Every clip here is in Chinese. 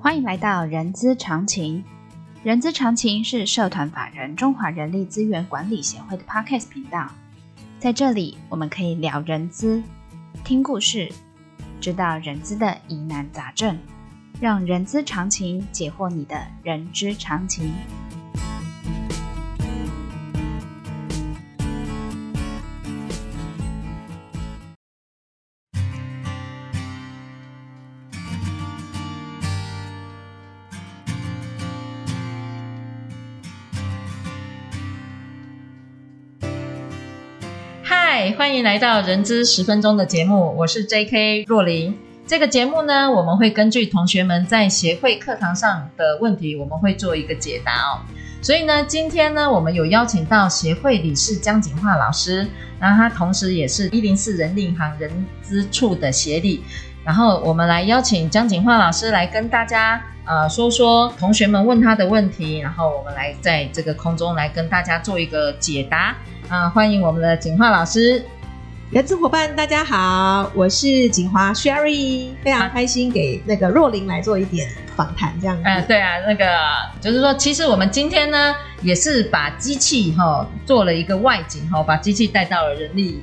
欢迎来到人资常情。人资常情是社团法人中华人力资源管理协会的 Podcast 频道，在这里我们可以聊人资，听故事，知道人资的疑难杂症，让人资常情解惑你的人之常情。 嗨，欢迎来到人资10分钟的节目，我是 JK 若琳。这个节目呢，我们会根据同学们在协会课堂上的问题，我们会做一个解答哦。所以呢，今天呢，我们有邀请到协会理事江景化老师，然后他同时也是104人力银行人资处的协理。然后我们来邀请江景化老师来跟大家说说同学们问他的问题，然后我们来在这个空中来跟大家做一个解答。欢迎我们的景化老师。 人资伙伴大家好，我是景华 Sherry， 非常开心给那个若琳来做一点访谈这样子。 对啊，那个就是说其实我们今天呢也是把机器做了一个外景把机器带到了人力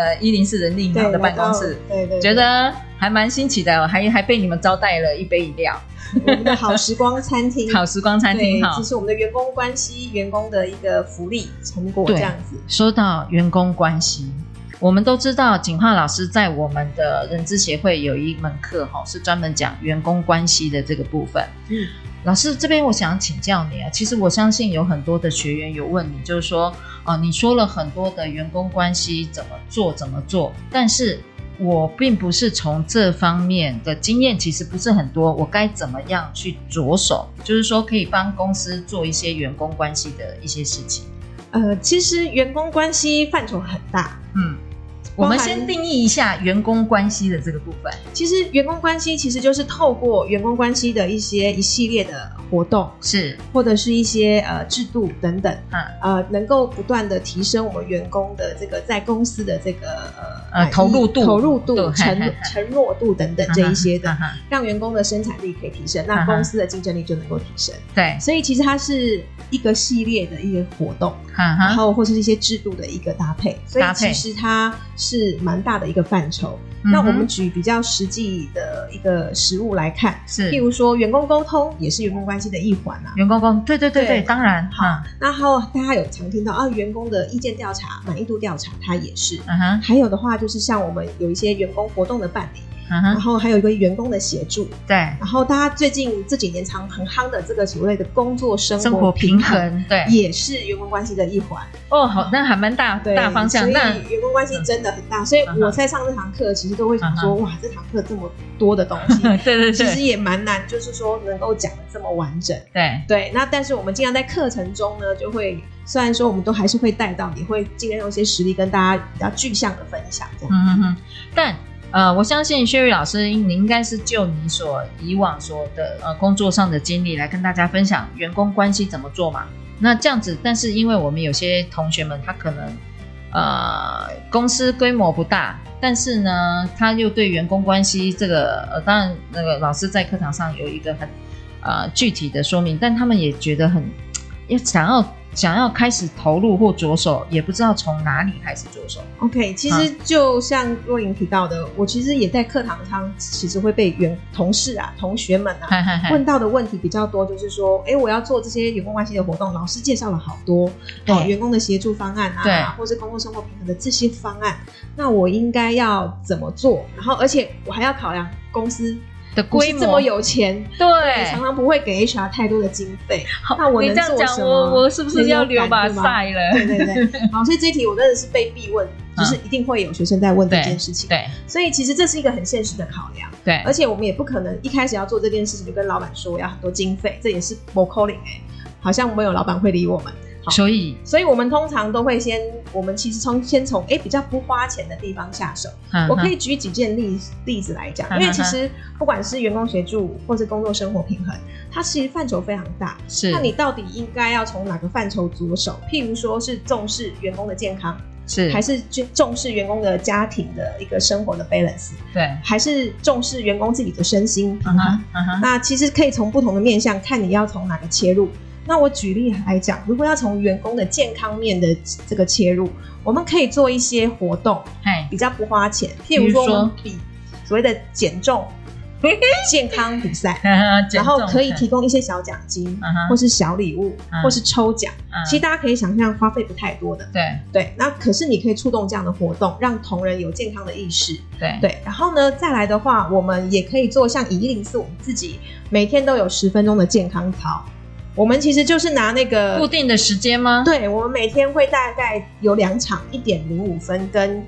104人力银行的办公室。对，觉得还蛮新奇的，还被你们招待了一杯饮料。 我们的好时光餐厅好时光餐厅， 这是我们的员工关系员工的一个福利成果这样子。 说到员工关系，我们都知道景化老师在我们的人资协会有一门课是专门讲员工关系的这个部分。老师这边我想请教你其实我相信有很多的学员有问你，就是说你说了很多的员工关系怎么做，但是我并不是从这方面的经验其实不是很多，我该怎么样去着手，就是说可以帮公司做一些员工关系的一些事情。 其实员工关系范畴很大。 我们先定义一下员工关系的这个部分。 其实员工关系其实就是透过员工关系的一系列的活动，是或者是一些制度等等，能够不断的提升我们员工的这个在公司的这个投入度、承诺度等等这一些的，让员工的生产力可以提升，那公司的竞争力就能够提升。对，所以其实它是一个系列的一个活动，然后或是一些制度的一个搭配，所以其实它是蛮大的一个范畴。那我们举比较实际的一个实务来看，是譬如说员工沟通也是员工关系的一环啊。 员工沟通，对，当然。好， 然后大家有常听到员工的意见调查、满意度调查，它也是。还有的话就是像我们有一些员工活动的办理。然后还有一个员工的协助，对，然后大家最近这几年很夯的这个所谓的工作生活平衡，对，也是员工关系的一环。 好，那还蛮大方向。 所以员工关系真的很大，所以我在上这堂课其实都会想说，哇，这堂课这么多的东西，对，其实也蛮难，就是说能够讲得这么完整。对，那但是我们尽量在课程中呢，就会虽然说我们都还是会带到，也会尽量用一些实例跟大家比较具象的分享这样。 但我相信 Sherry 老师你应该是就你所以往所的工作上的经历来跟大家分享员工关系怎么做嘛。那这样子，但是因为我们有些同学们他可能公司规模不大，但是呢他又对员工关系这个当然那个老师在课堂上有一个很具体的说明，但他们也觉得很想要开始投入或着手，也不知道从哪里开始着手。 OK， 其实就像若琳提到的，我其实也在课堂上其实会被同事同学们问到的问题比较多，就是说我要做这些员工关系的活动，老师介绍了好多员工的协助方案或是工作生活平衡的这些方案，那我应该要怎么做？然后而且我还要考量公司的规模这么有钱，对，常常不会给 HR 太多的经费。那我能做什么？ 我是不是要留把赛了？ 对。好，所以这一题我真的是被必问，就是一定会有学生在问这件事情。对，所以其实这是一个很现实的考量。对，而且我们也不可能一开始要做这件事情就跟老板说我要很多经费，这也是不可能好像没有老板会理我们。 所以我们通常都会我们其实先从比较不花钱的地方下手。我可以举几件例子来讲，因为其实不管是员工协助或是工作生活平衡，它其实范畴非常大。是，那你到底应该要从哪个范畴着手？譬如说是重视员工的健康， 是还是重视员工的家庭的一个生活的 balance， 对， 还是重视员工自己的身心平衡，那其实可以从不同的面向看你要从哪个切入。那我举例来讲，如果要从员工的健康面的这个切入，我们可以做一些活动，比较不花钱，譬如说我们比所谓的减重健康比赛然后可以提供一些小奖金或是小礼物或是抽奖，其实大家可以想象花费不太多的，对，那可是你可以触动这样的活动，让同仁有健康的意识，对，然后呢再来的话，我们也可以做像114我们自己每天都有10分钟的健康操，我们其实就是拿那个固定的时间吗？ 对，我们每天会大概有2场1.05分跟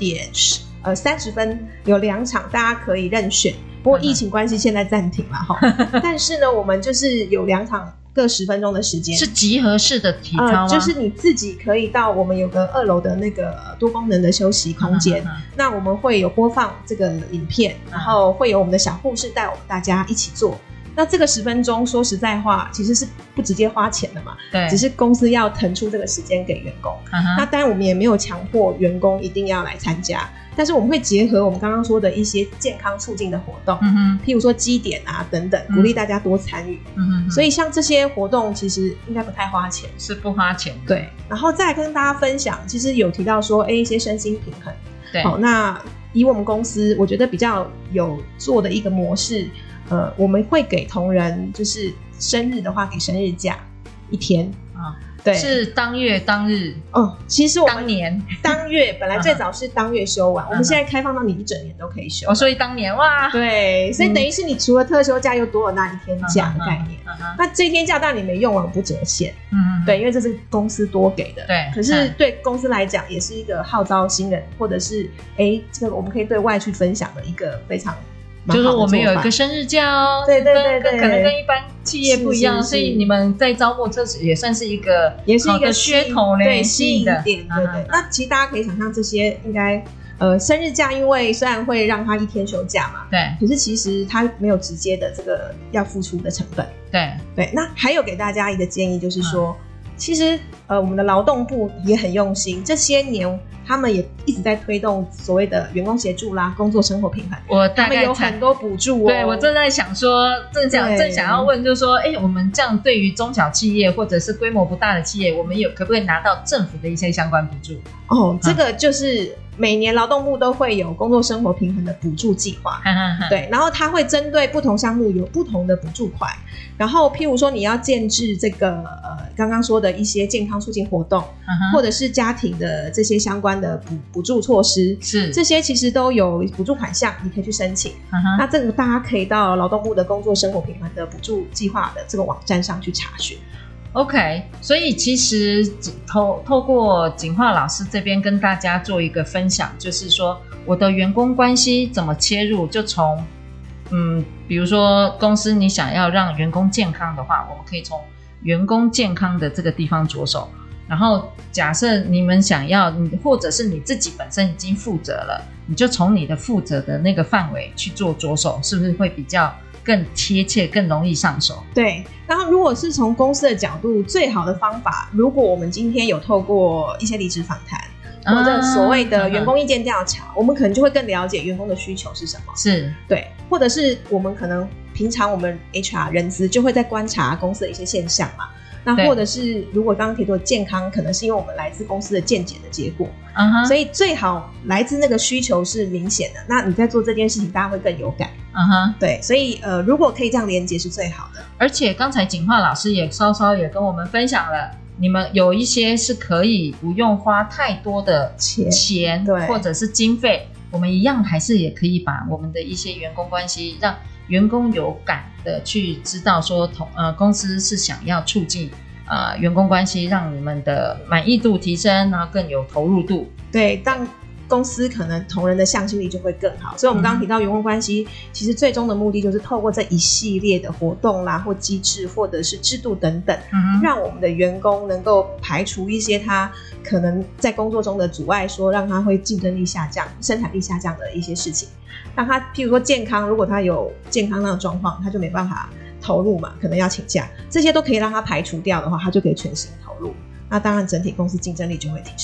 1.30分，有2场大家可以任选，不过疫情关系现在暂停了但是呢我们就是有2场各10分钟的时间， 是集合式的体操吗？ 就是你自己可以到我们有个2楼的那个多功能的休息空间，那我们会有播放这个影片，然后会有我们的小护士带我们大家一起做。那这个10分钟说实在话其实是不直接花钱的嘛，对，只是公司要腾出这个时间给员工，那当然我们也没有强迫员工一定要来参加，但是我们会结合我们刚刚说的一些健康促进的活动，譬如说积点啊等等，鼓励大家多参与，所以像这些活动其实应该不太花钱， 是不花钱的， 对。然后再来跟大家分享，其实有提到说一些身心平衡，对，好，那以我们公司我觉得比较有做的一个模式，我们会给同仁就是生日的话给生日假1天对， 是当月当日其实我们当年当月本来最早是当月休完我们现在开放到你一整年都可以休所以当年哇， 对，所以等于是你除了特休假又多了那1天假的概念，那这1天假当然你没用完不折现，对，因为这是公司多给的，对，可是对公司来讲也是一个号召新人或者是这个我们可以对外去分享的一个非常就是我们有一个生日假对对对对， 可能跟一般企业不一样，所以你们在招募这也算是一个好的噱头嘞， 对，吸引点，对对。那其实大家可以想象这些应该生日假，因为虽然会让他1天休假嘛，对，可是其实他没有直接的这个要付出的成本，对对。那还有给大家一个建议就是说，其实我们的劳动部也很用心，这些年他们也一直在推动所谓的员工协助啦、工作生活平衡，他们有很多补助对，我正在想说，正想要问，就是说，我们这样对于中小企业或者是规模不大的企业，我们可不可以拿到政府的一些相关补助？ 这个就是每年劳动部都会有工作生活平衡的补助计划，对，然后它会针对不同项目有不同的补助款，然后譬如说你要建制这个刚刚说的一些健康促进活动，或者是家庭的这些相关的补助措施，是这些其实都有补助款项，你可以去申请，那这个大家可以到劳动部的工作生活平衡的补助计划的这个网站上去查询。 OK， 所以其实透过景化老师这边跟大家做一个分享，就是说我的员工关系怎么切入，就从比如说公司你想要让员工健康的话，我们可以从员工健康的这个地方着手，然后假设你们想要或者是你自己本身已经负责了，你就从你的负责的那个范围去做着手，是不是会比较更贴切更容易上手？ 对，然后如果是从公司的角度，最好的方法，如果我们今天有透过一些离职访谈或者所谓的员工意见调查，我们可能就会更了解员工的需求是什么，是对，或者是我们可能平常我们 HR 人资就会在观察公司的一些现象嘛，那或者是如果刚刚提到健康，可能是因为我们来自公司的见解的结果，所以最好来自那个需求是明显的，那你在做这件事情大家会更有感，对，所以如果可以这样连结是最好的。 而且刚才景化老师也稍稍也跟我们分享了，你们有一些是可以不用花太多的钱或者是经费，我们一样还是也可以把我们的一些员工关系让员工有感的去知道说公司是想要促进员工关系，让你们的满意度提升，然后更有投入度， 对，让公司可能同仁的向心力就会更好。所以我们刚刚提到员工关系，其实最终的目的就是透过这一系列的活动啦或机制或者是制度等等，让我们的员工能够排除一些他可能在工作中的阻碍，说让他会竞争力下降、生产力下降的一些事情，让他譬如说健康，如果他有健康那个状况，他就没办法投入嘛，可能要请假，这些都可以让他排除掉的话，他就可以全心投入，那当然整体公司竞争力就会提升。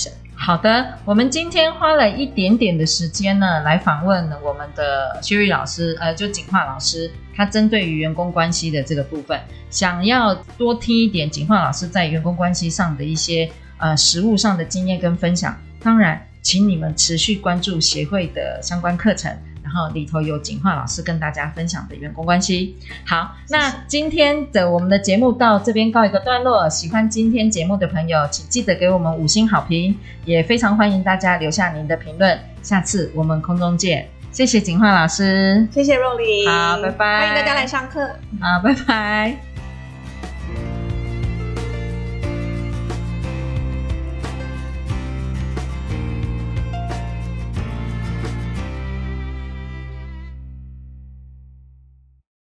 好的，我们今天花了一点点的时间呢，来访问我们的Sherry老师，就景化老师，他针对于员工关系的这个部分，想要多听一点景化老师在员工关系上的一些实务上的经验跟分享。当然，请你们持续关注协会的相关课程，然后里头有景化老师跟大家分享的员工关系。好，那今天的我们的节目到这边告一个段落，喜欢今天节目的朋友请记得给我们5星好评，也非常欢迎大家留下您的评论，下次我们空中见。谢谢景化老师， 谢谢若琳， 好，拜拜， 欢迎大家来上课， 好，拜拜。